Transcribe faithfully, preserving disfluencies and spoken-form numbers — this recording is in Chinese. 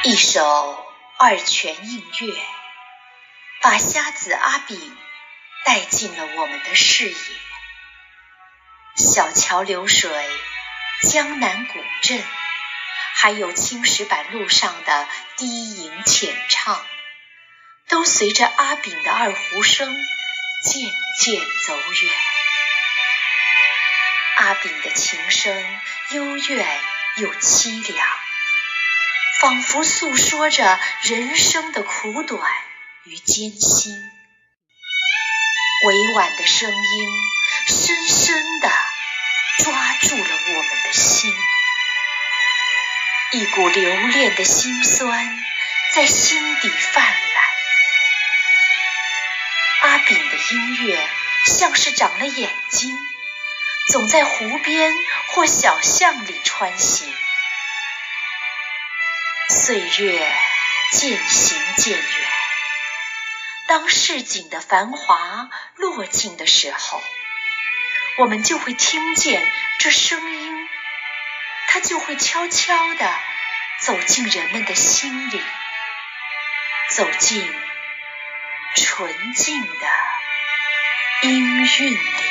一首二泉映月，把瞎子阿炳带进了我们的视野。小桥流水、江南古镇，还有青石板路上的低吟浅唱，都随着阿炳的二胡声渐渐走远。阿炳的琴声幽怨又凄凉，仿佛诉说着人生的苦短与艰辛。委婉的声音深深地抓住了我们的心，一股留恋的辛酸在心底泛滥。阿炳的音乐像是长了眼睛，总在湖边或小巷里穿行。岁月渐行渐远，当市井的繁华落尽的时候，我们就会听见这声音，它就会悄悄地走进人们的心里，走进纯净的音韵里。